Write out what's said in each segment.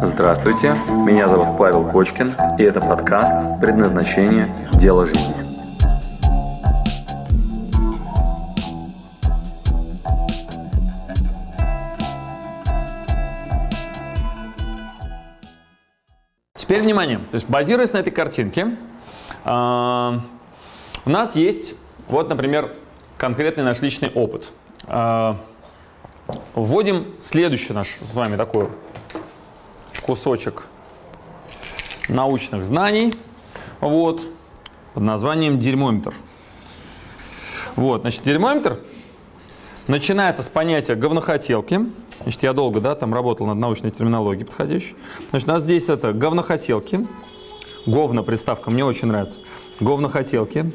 Здравствуйте, меня зовут Павел Кочкин, и это подкаст «Предназначение. Дело жизни». Теперь внимание, то есть базируясь на этой картинке, у нас есть, вот, например, конкретный наш личный опыт. Вводим следующий наш с вами такой кусочек научных знаний, вот, под названием дерьмометр. Вот, значит, дерьмометр начинается с понятия говнохотелки. Значит, я долго, там работал над научной терминологией подходящей. Значит, у нас здесь это говнохотелки. Говно приставка, мне очень нравится. Говнохотелки.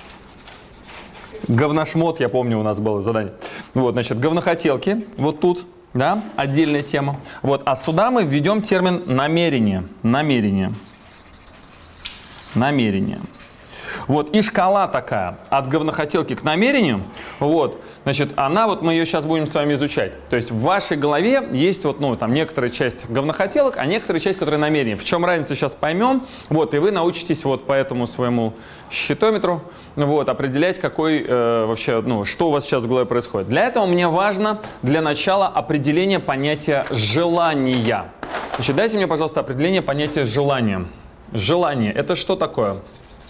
Говношмот, я помню, у нас было задание. Вот, значит, говнохотелки. Вот тут, да, отдельная тема. Вот, а сюда мы введем термин намерение. Намерение. Намерение. Вот, и шкала такая, от говнохотелки к намерению, вот, значит, она, вот мы ее сейчас будем с вами изучать. То есть в вашей голове есть вот, там некоторая часть говнохотелок, а некоторая часть, которая намерение. В чем разница, сейчас поймем, вот, и вы научитесь вот по этому своему счетометру, вот, определять, какой вообще, что у вас сейчас в голове происходит. Для этого мне важно для начала определение понятия желания. Значит, дайте мне, пожалуйста, определение понятия желания. Желание – это что такое?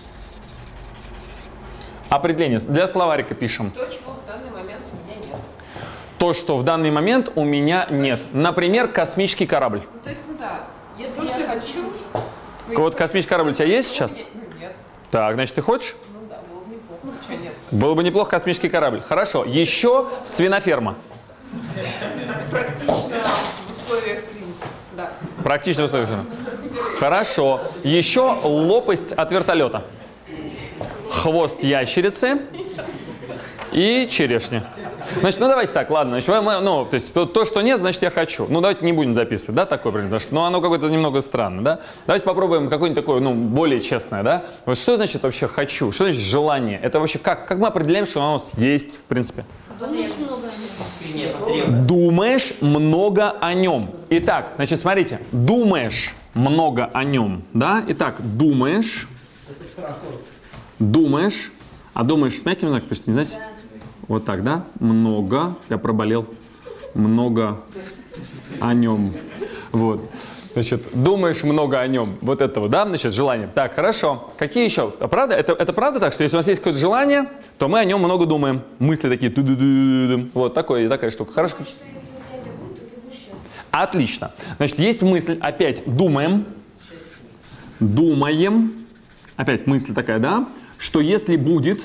Определение. Для словарика пишем. То, чего в данный момент у меня нет. То, что в данный момент у меня нет. Например, космический корабль. То есть, если я хочу... Вот космический корабль у тебя есть сейчас? Нет. Так, значит, ты хочешь? Да, было бы неплохо. Чего нет? Было бы неплохо космический корабль. Хорошо. Еще свиноферма. Практично в условиях кризиса, да. Практично в условиях кризиса. Хорошо. Еще лопасть от вертолета. Хвост ящерицы и черешня. Значит, давайте так, ладно. Значит, то есть то, что нет, значит, я хочу. Давайте не будем записывать, да, такое, потому что, оно какое-то немного странно, да. Давайте попробуем какое-нибудь такое, более честное, да. Вот что значит вообще хочу? Что значит желание? Это вообще как мы определяем, что оно у нас есть, в принципе? Думаешь много о нем. Итак, значит, смотрите, думаешь много о нем, да. Итак, думаешь, а думаешь, мягким знаком пишите, не знаете? Вот так, да? Много, я проболел, много о нем. Вот. Значит, думаешь много о нем. Вот этого, да, значит, желание. Так, хорошо. Какие еще? Правда? Это правда так, что если у нас есть какое-то желание, то мы о нем много думаем. Мысли такие, вот такая штука. Хорошо. Отлично. Значит, есть мысль, опять думаем. Опять мысль такая, да? Что если будет,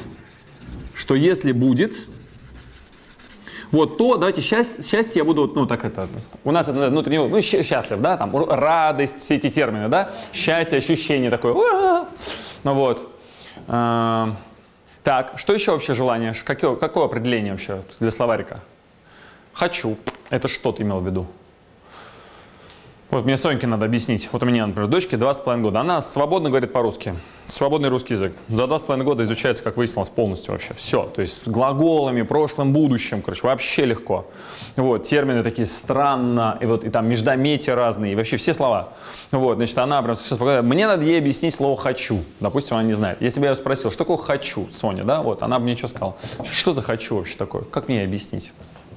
вот то, давайте счастье я буду, у нас это внутренне, счастлив, да, там, радость, все эти термины, да, счастье, ощущение такое, вот. Так, что еще вообще желание, какое определение вообще для словарика? Хочу, это что ты имел в виду? Вот мне Соньке надо объяснить. Вот у меня, например, дочке 2,5 года. Она свободно говорит по-русски. Свободный русский язык. За 2,5 года изучается, как выяснилось, полностью вообще. Все. То есть с глаголами, прошлым, будущим. Вообще легко. Вот. Термины такие странно. И там междометия разные. И вообще все слова. Вот. Значит, она прям сейчас показывает. Мне надо ей объяснить слово «хочу». Допустим, она не знает. Если бы я ее спросил, что такое «хочу», Соня, да? Вот. Она бы мне что сказала? Что за «хочу» вообще такое? Как мне объяснить?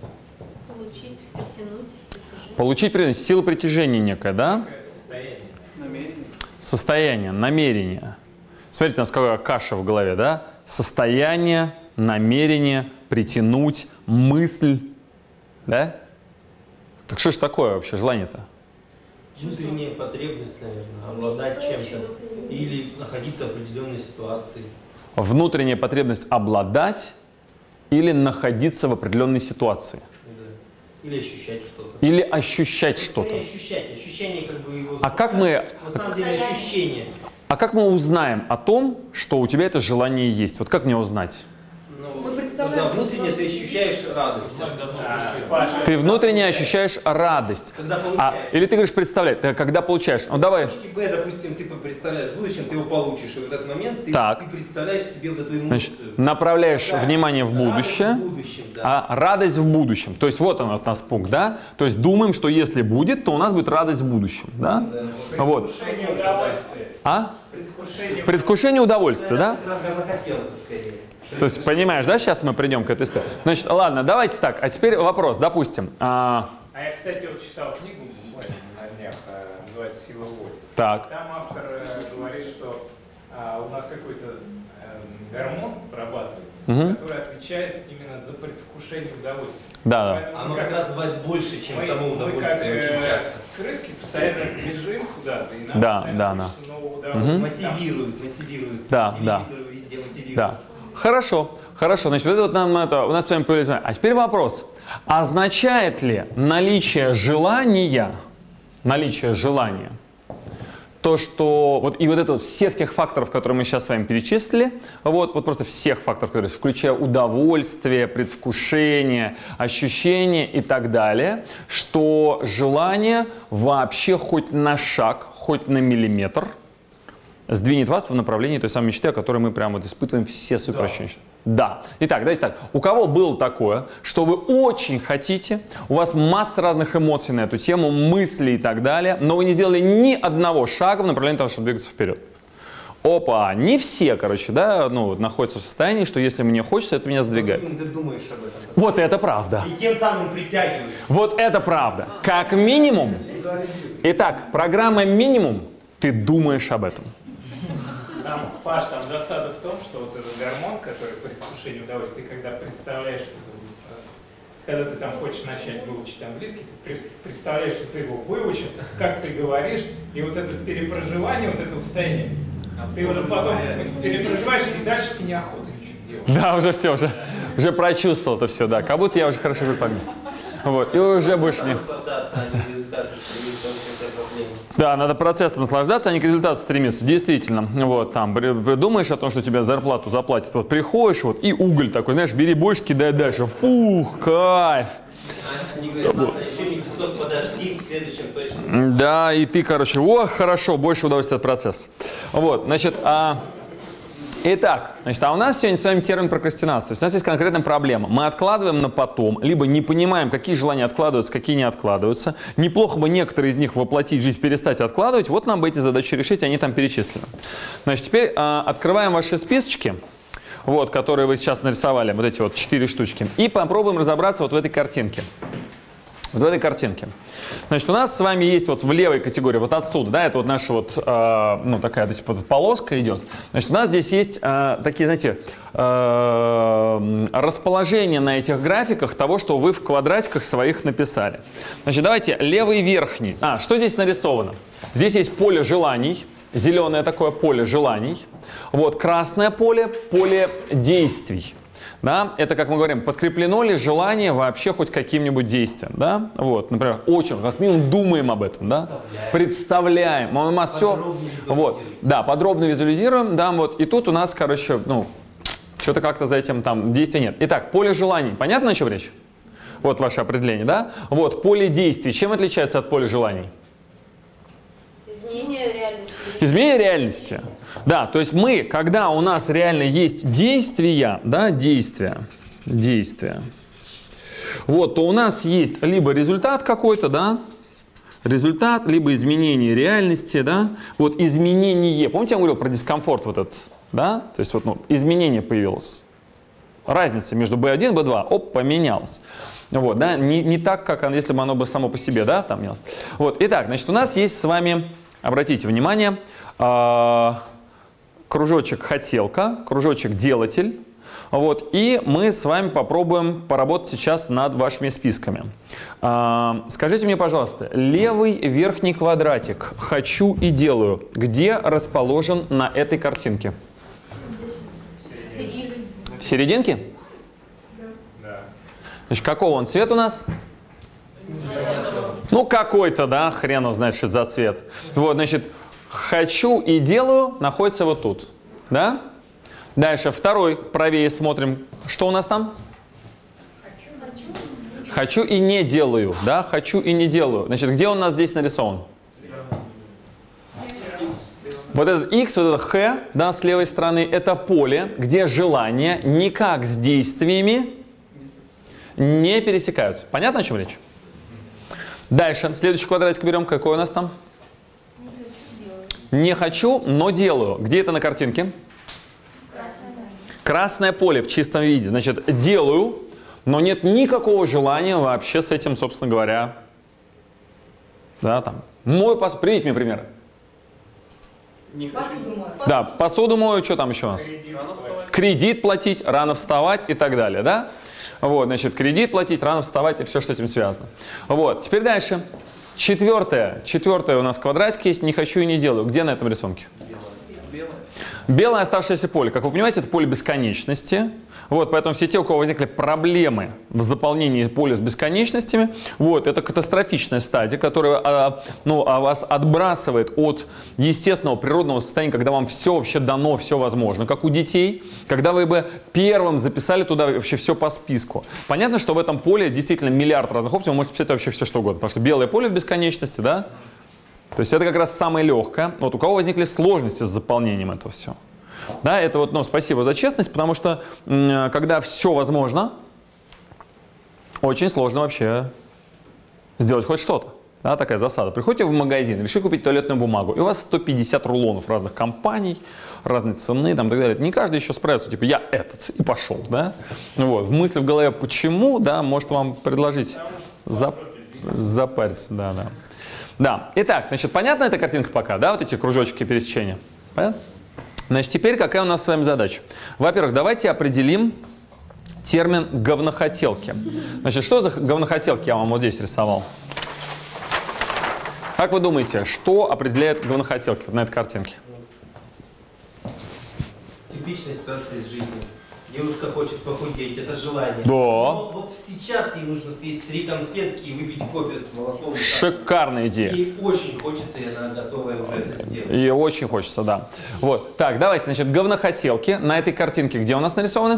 Получить притяжение, сила притяжения некая, да? Состояние, намерение. Смотрите, насколько каша в голове, да? Состояние, намерение, притянуть, мысль, да? Так что ж такое вообще желание-то? Внутренняя потребность, наверное, обладать чем-то или находиться в определенной ситуации. Внутренняя потребность обладать или находиться в определенной ситуации. Или ощущать что-то. Или ощущать что-то. Ощущение как бы его... На самом деле ощущение. А как мы узнаем о том, что у тебя это желание есть? Вот как мне узнать? Мы Когда внутренне ты ощущаешь радость. Ты внутренне ощущаешь радость. Когда получаешь. Или ты говоришь представлять, когда получаешь. Ну давай. Точки Б, допустим, ты представляешь в будущем, ты его получишь. И в этот момент ты представляешь себе вот эту эмоцию. Значит, направляешь внимание в будущее, Радость в будущем, да. а радость в будущем. То есть вот он от нас пункт, да? То есть думаем, что если будет, то у нас будет радость в будущем, да? Вот. Предвкушение удовольствия. Предвкушение удовольствия, да? Как раз я захотел это скорее. То есть, понимаешь, да, сейчас мы придем к этой истории. Значит, ладно, давайте так. А теперь вопрос, допустим. А я, кстати, вот читал книгу буквально на днях, называется «Сила воли». Так. Там автор говорит, что у нас какой-то гормон вырабатывается, который отвечает именно за предвкушение удовольствия. Да, Поэтому Оно как раз бывает больше, чем само мы удовольствие, как очень часто. крыски постоянно бежим куда-то, и нам Да, постоянно да, хочется нового удовольствия. Мотивирует. Да, да. Телевизор везде мотивирует. да. Хорошо, хорошо. Значит, вот это вот нам это, у нас с вами появилось. А теперь вопрос. Означает ли наличие желания, то, что вот и вот это вот всех тех факторов, которые мы сейчас с вами перечислили, вот просто всех факторов, которые включая удовольствие, предвкушение, ощущение и так далее, что желание вообще хоть на шаг, хоть на миллиметр сдвинет вас в направлении той самой мечты, о которой мы прямо вот испытываем все суперощущения. Да. Итак, давайте так. У кого было такое, что вы очень хотите, у вас масса разных эмоций на эту тему, мыслей и так далее, но вы не сделали ни одного шага в направлении того, чтобы двигаться вперед? Опа, не все, короче, да, находятся в состоянии, что если мне хочется, это меня сдвигает. Ты думаешь об этом. Вот это правда. И тем самым притягиваешь. Вот это правда. Как минимум. Итак, программа минимум. Ты думаешь об этом. Там, Паш, там засада в том, что вот этот гормон, который предвкушение удовольствия, ты когда представляешь, что когда ты там хочешь начать выучить английский, ты представляешь, что ты его выучил, как ты говоришь, и вот это перепроживание, вот это состояние, ты уже потом перепроживаешь, и дальше тебе неохота ничего делать. Да, уже все, уже прочувствовал это все, да, как будто я уже хорошо говорю по-английски. Вот, и уже больше не... Да, надо процессом наслаждаться, а не к результату стремиться. Действительно. Вот, там, придумаешь о том, что тебе зарплату заплатят. Вот приходишь, вот, и уголь такой, знаешь, бери больше, кидай дальше. Фух, кайф. Еще месяцок подожди, в следующем точно. Да, и ты, короче, хорошо, больше удовольствия от процесса. Вот, значит, итак, а у нас сегодня с вами термин прокрастинация. То есть у нас есть конкретная проблема. Мы откладываем на потом, либо не понимаем, какие желания откладываются, какие не откладываются. Неплохо бы некоторые из них воплотить в жизнь, перестать откладывать. Вот нам бы эти задачи решить, они там перечислены. Значит, теперь открываем ваши списочки, вот, которые вы сейчас нарисовали, вот эти вот 4 штучки, и попробуем разобраться вот в этой картинке. Вот в этой картинке. Значит, у нас с вами есть вот в левой категории, вот отсюда, да, это вот наша вот, такая типа полоска идет. Значит, у нас здесь есть такие, знаете, расположение на этих графиках того, что вы в квадратиках своих написали. Значит, давайте левый верхний. Что здесь нарисовано? Здесь есть поле желаний, зеленое такое поле желаний. Вот красное поле, поле действий. Да? Это, как мы говорим, подкреплено ли желание вообще хоть каким-нибудь действием. Да? Вот, например, очень, как минимум думаем об этом. Да? Представляем. У нас все, вот, да, подробно визуализируем. Да, вот, и тут у нас, короче, что-то как-то за этим там действия нет. Итак, поле желаний. Понятно, о чем речь? Вот ваше определение. Да? Вот, поле действий. Чем отличается от поля желаний? Изменение реальности. Изменение реальности. Да, то есть мы, когда у нас реально есть действия, да, действия, вот, то у нас есть либо результат какой-то, да, результат, либо изменение реальности, да, вот изменение. Помните, я говорил про дискомфорт вот этот, да, то есть вот, изменение появилось. Разница между B1 и B2, оп, поменялась. Вот, да, не так, как если бы оно бы само по себе, да, там менялось. Вот, итак, значит, у нас есть с вами, обратите внимание, кружочек «хотелка», кружочек «делатель». Вот, и мы с вами попробуем поработать сейчас над вашими списками. Скажите мне, пожалуйста, левый верхний квадратик «хочу и делаю» где расположен на этой картинке? В серединке? Да. Значит, какого он цвет у нас? Какой-то, да, хрен его знает, что это за цвет. Вот, значит, «хочу и делаю» находится вот тут, да? Дальше второй, правее смотрим, Что у нас там? Хочу и не делаю, да? Хочу и не делаю. Значит, где он у нас здесь нарисован? Вот этот X, вот это Х, да, с левой стороны, это поле, где желания никак с действиями не пересекаются. Понятно, о чем речь? Дальше, следующий квадратик берем. Какой у нас там? Не хочу, но делаю. Где это на картинке? Красное поле в чистом виде. Значит, делаю, но нет никакого желания вообще с этим, собственно говоря. Да, там. Мою посуду. Приведите мне примеры. Да, посуду мою, что там еще у нас? Кредит платить, рано вставать и так далее, да? Вот, значит, кредит платить, рано вставать и все, что с этим связано. Вот, теперь дальше. Четвертое у нас квадратик есть, не хочу и не делаю. Где на этом рисунке? Белое оставшееся поле. Как вы понимаете, это поле бесконечности. Вот, поэтому все те, у кого возникли проблемы в заполнении поля с бесконечностями, вот, это катастрофичная стадия, которая вас отбрасывает от естественного природного состояния, когда вам все вообще дано, все возможно. Как у детей, когда вы бы первым записали туда вообще все по списку. Понятно, что в этом поле действительно миллиард разных опций, вы можете писать вообще все, что угодно. Потому что белое поле в бесконечности, да? То есть это как раз самое легкое. Вот у кого возникли сложности с заполнением этого всего. Да, это вот, спасибо за честность, потому что когда все возможно, очень сложно вообще сделать хоть что-то. Да, такая засада. Приходите в магазин, решили купить туалетную бумагу, и у вас 150 рулонов разных компаний, разной цены, там, и так далее. Не каждый еще справится, типа, я этот, и пошел, да. Вот, мысли в голове, почему, да, может вам предложить запариться, да. Да, итак, значит, понятна эта картинка пока, да, вот эти кружочки пересечения? Понятно? Значит, теперь какая у нас с вами задача? Во-первых, давайте определим термин говнохотелки. Значит, что за говнохотелки я вам вот здесь рисовал? Как вы думаете, что определяет говнохотелки на этой картинке? Типичная ситуация из жизни. Девушка хочет похудеть, это желание. Да. Но вот сейчас ей нужно съесть 3 конфетки и выпить кофе с молоком. Шикарная идея. Ей очень хочется, и она готовая уже это сделать. Ей очень хочется, да. Вот. Так, давайте, значит, говнохотелки на этой картинке где у нас нарисованы?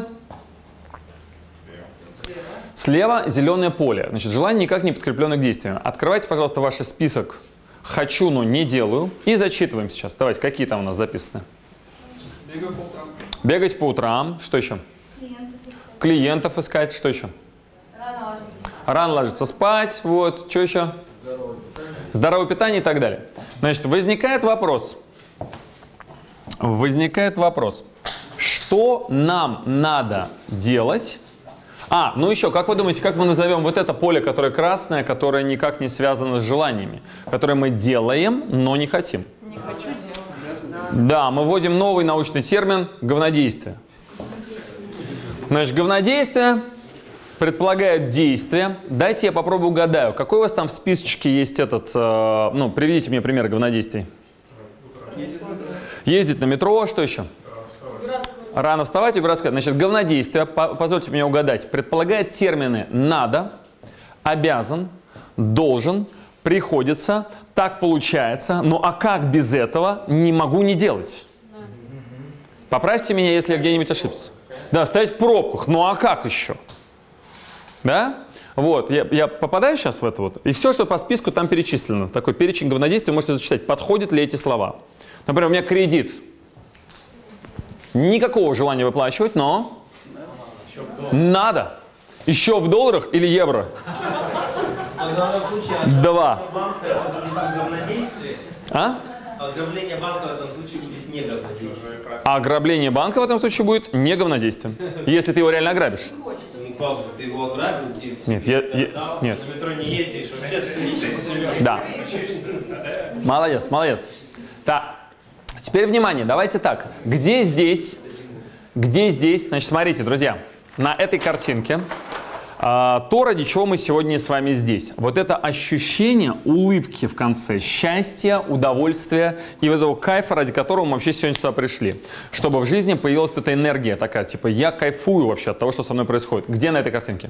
Слева зеленое поле. Значит, желание никак не подкреплено к действию. Открывайте, пожалуйста, ваш список «хочу, но не делаю» и зачитываем сейчас. Давайте, какие там у нас записаны? Бегаю по утрам. Бегать по утрам. Что еще? Клиентов искать. Что еще? Рано ложиться спать. Вот. Что еще? Здоровое питание и так далее. Значит, возникает вопрос. Что нам надо делать? Ну еще, как вы думаете, как мы назовем вот это поле, которое красное, которое никак не связано с желаниями, которое мы делаем, но не хотим? Не хочу делать. Да, мы вводим новый научный термин говнодействие. Значит, говнодействие предполагает действие. Дайте я попробую угадаю. Какой у вас там в списочке есть этот... приведите мне пример говнодействий. Ездить на метро, что еще? Рано вставать и убираться. Значит, говнодействие, позвольте мне угадать, предполагает термины «надо», «обязан», «должен», «приходится», «так получается», ну а как без этого не могу не делать? Поправьте меня, если я где-нибудь ошибся. Да, стоять в пробках, ну а как еще? Да? Вот, я попадаю сейчас в это вот, и все, что по списку там перечислено, такой перечень говнодействия, можете зачитать, подходят ли эти слова. Например, у меня кредит. Никакого желания выплачивать, но надо. Еще в долларах или евро? В данном случае 2. банка это будет говнодействие. Ограбление банка в этом случае будет не говнодействие. А ограбление банка в этом случае будет не говнодействием, если ты его реально ограбишь. Ну как же, ты его ограбил, Нет, нет. на метро не ездишь, вообще ты не живешь. Да. Молодец, молодец. Так, теперь внимание, давайте так. Где здесь, значит, смотрите, друзья, на этой картинке то, ради чего мы сегодня с вами здесь. Вот это ощущение улыбки в конце, счастья, удовольствия и вот этого кайфа, ради которого мы вообще сегодня сюда пришли. Чтобы в жизни появилась эта энергия такая, типа я кайфую вообще от того, что со мной происходит. Где на этой картинке?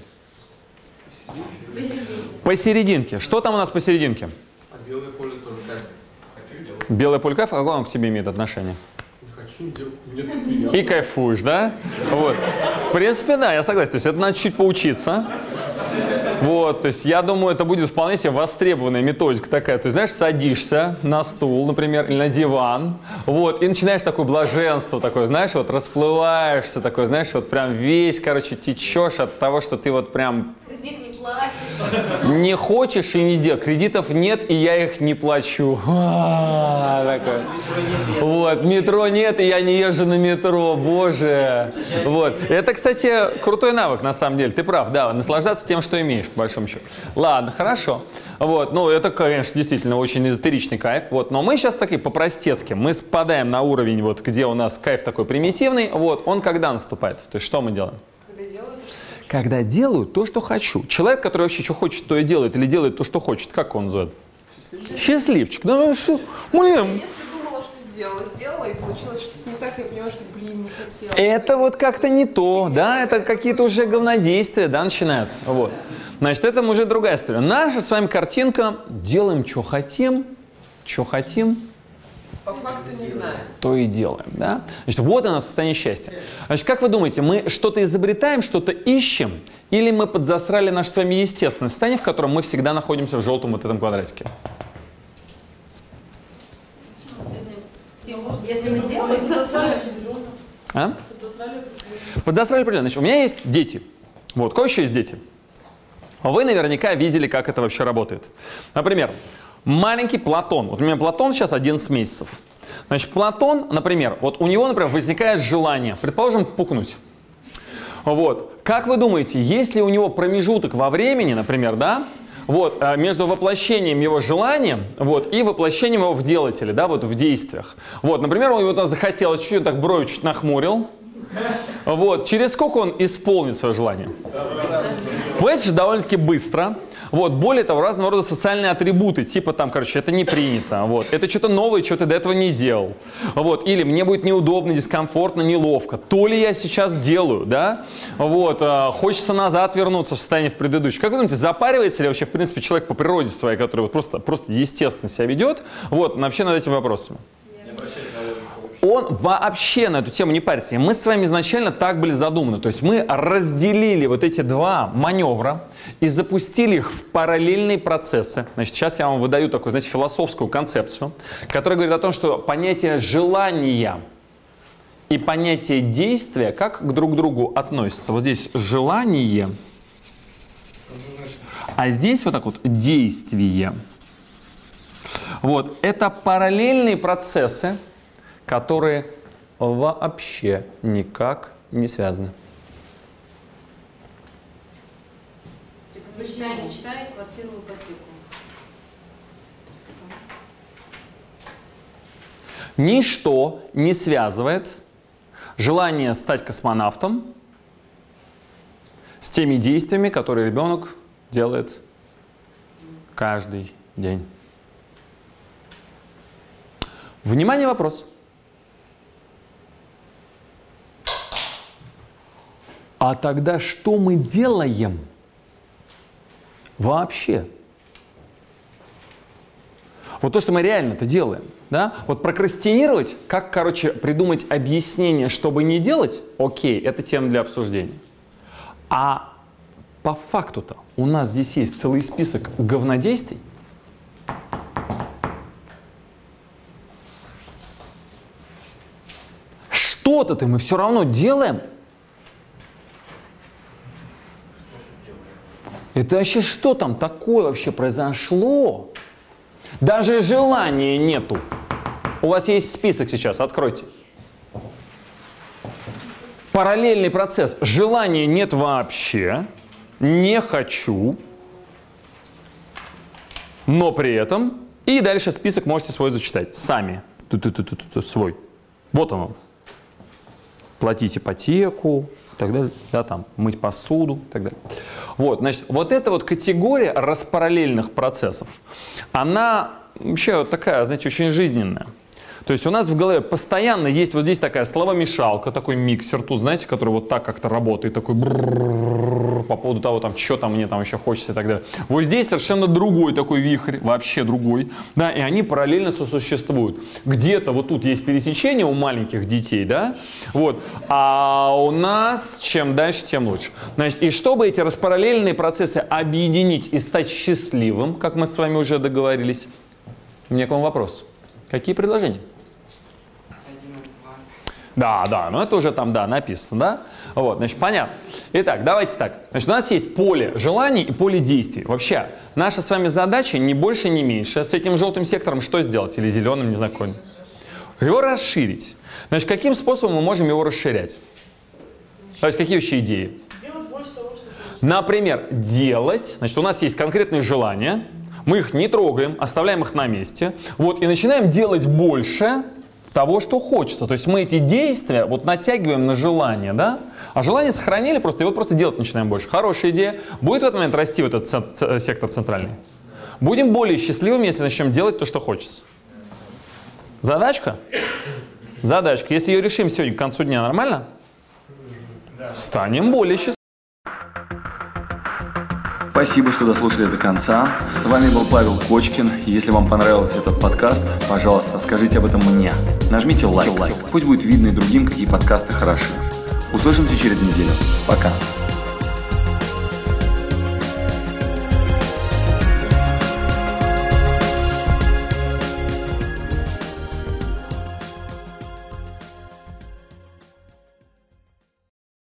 Посерединке. Что там у нас посерединке? Белое поле тоже кайф. Хочу делать. Белое поле кайфа, а какое оно к тебе имеет отношение? Хочу хочу, мне приятно. И кайфуешь, да? Вот. В принципе, да, я согласен. То есть это надо чуть поучиться. Вот, то есть я думаю, это будет вполне себе востребованная методика такая. То есть, знаешь, садишься на стул, например, или на диван, вот, и начинаешь такое блаженство, такое, знаешь, вот расплываешься, такое, знаешь, вот прям весь, короче, течешь от того, что ты вот прям... Кредит не платишь. Не хочешь и не делаешь. Кредитов нет, и я их не плачу. Такое. Вот, метро нет, и я не езжу на метро, боже. Вот. Это, кстати, крутой навык, на самом деле. Ты прав, да, наслаждаться тем, что имеешь, по большому счету. Ладно, хорошо. Вот, ну, это, конечно, действительно очень эзотеричный кайф. Вот, но мы сейчас такие по-простецки. Мы спадаем на уровень, вот, где у нас кайф такой примитивный. Вот, он когда наступает? То есть, что мы делаем? Когда делаю то, что хочу. Человек, который вообще что хочет, то и делает, или делает то, что хочет, как он называет? Счастливчик. Да, что? Блин. Если думала, что сделала, и получилось что-то не так, я поняла, что, блин, не хотела. Это вот как-то не то, да, это какие-то уже говнодействия, да, начинаются. Вот. Значит, это уже другая история. Наша с вами картинка: делаем, что хотим, По факту не знаю. то и делаем, да? Значит, вот оно состояние счастья. Значит, как вы думаете, мы что-то изобретаем, что-то ищем, или мы подзасрали наше с вами естественное состояние, в котором мы всегда находимся в желтом вот этом квадратике? Если мы делаем, А? Подзасрали определенно. Значит, у меня есть дети. Вот, у кого еще есть дети? Вы наверняка видели, как это вообще работает. Например, маленький Платон. Вот у меня Платон сейчас 11 месяцев. Значит, Платон, например, вот у него, например, возникает желание, предположим, пукнуть. Вот. Как вы думаете, есть ли у него промежуток во времени, например, да, вот, между воплощением его желания, вот, и воплощением его в делателе, да, вот, в действиях? Вот, например, он его там захотелось, чуть-чуть так брови чуть нахмурил. Вот, через сколько он исполнит свое желание? Это же довольно-таки быстро. Вот, более того, разного рода социальные атрибуты, типа там, короче, это не принято, вот, это что-то новое, что ты до этого не делал, вот, или мне будет неудобно, дискомфортно, неловко, то ли я сейчас делаю, да, вот, хочется назад вернуться в состояние в предыдущее. Как вы думаете, запаривается ли вообще, в принципе, человек по природе своей, который вот просто естественно себя ведет, вот, вообще над этими вопросами? Он вообще на эту тему не парится. И мы с вами изначально так были задуманы. То есть мы разделили вот эти два маневра и запустили их в параллельные процессы. Значит, сейчас я вам выдаю такую, знаете, философскую концепцию, которая говорит о том, что понятие желания и понятие действия как к друг другу относятся. Вот здесь желание, а здесь вот так вот действие. Вот, это параллельные процессы, которые вообще никак не связаны. типа мечтай, мечтай, квартиру в ипотеку. Ничто не связывает желание стать космонавтом с теми действиями, которые ребенок делает каждый день. Внимание, вопрос. А тогда что мы делаем вообще? Вот то, что мы реально-то делаем, да? Вот прокрастинировать, как, короче, придумать объяснение, чтобы не делать, окей, это тема для обсуждения. А по факту-то у нас здесь есть целый список говнодействий. Что-то мы все равно делаем. Это вообще что там такое вообще произошло? Даже желания нету. У вас есть список сейчас, откройте. Параллельный процесс. Желания нет вообще. Не хочу. Но при этом. И дальше список можете свой зачитать. Сами. Свой. Вот он. Платить ипотеку, и так далее, да, там, мыть посуду и так далее. Вот, значит, вот эта вот категория распараллельных процессов, она вообще вот такая, знаете, очень жизненная. То есть у нас в голове постоянно есть вот здесь такая словомешалка, такой миксер, тут, знаете, который вот так как-то работает, такой по поводу того, там, что там мне там еще хочется и так далее. Вот здесь совершенно другой такой вихрь, вообще другой, да, и они параллельно сосуществуют. Где-то вот тут есть пересечение у маленьких детей, да, вот, а у нас чем дальше, тем лучше. Значит, и чтобы эти распараллельные процессы объединить и стать счастливым, как мы с вами уже договорились, у меня к вам вопрос. Какие предложения? Да, но это уже там, да, написано, да? Вот, значит, понятно. Итак, давайте так. Значит, у нас есть поле желаний и поле действий. Вообще, наша с вами задача не больше, не меньше. С этим желтым сектором что сделать? Или зеленым, не знаю, какой. Его расширить. Значит, каким способом мы можем его расширять? То есть, какие вообще идеи? Делать больше того, что хочется. Например, делать. Значит, у нас есть конкретные желания. Мы их не трогаем, оставляем их на месте. Вот, и начинаем делать больше того, что хочется. То есть мы эти действия вот натягиваем на желание, да? А желание сохранили просто, и вот просто делать начинаем больше. Хорошая идея. Будет в этот момент расти вот этот сектор центральный? Будем более счастливыми, если начнем делать то, что хочется. Задачка? Задачка. Если ее решим сегодня к концу дня, нормально? Станем более счастливыми. Спасибо, что дослушали до конца. С вами был Павел Кочкин. Если вам понравился этот подкаст, пожалуйста, скажите об этом мне. Нажмите лайк. Пусть будет видно и другим, какие подкасты хороши. Услышимся через неделю. Пока.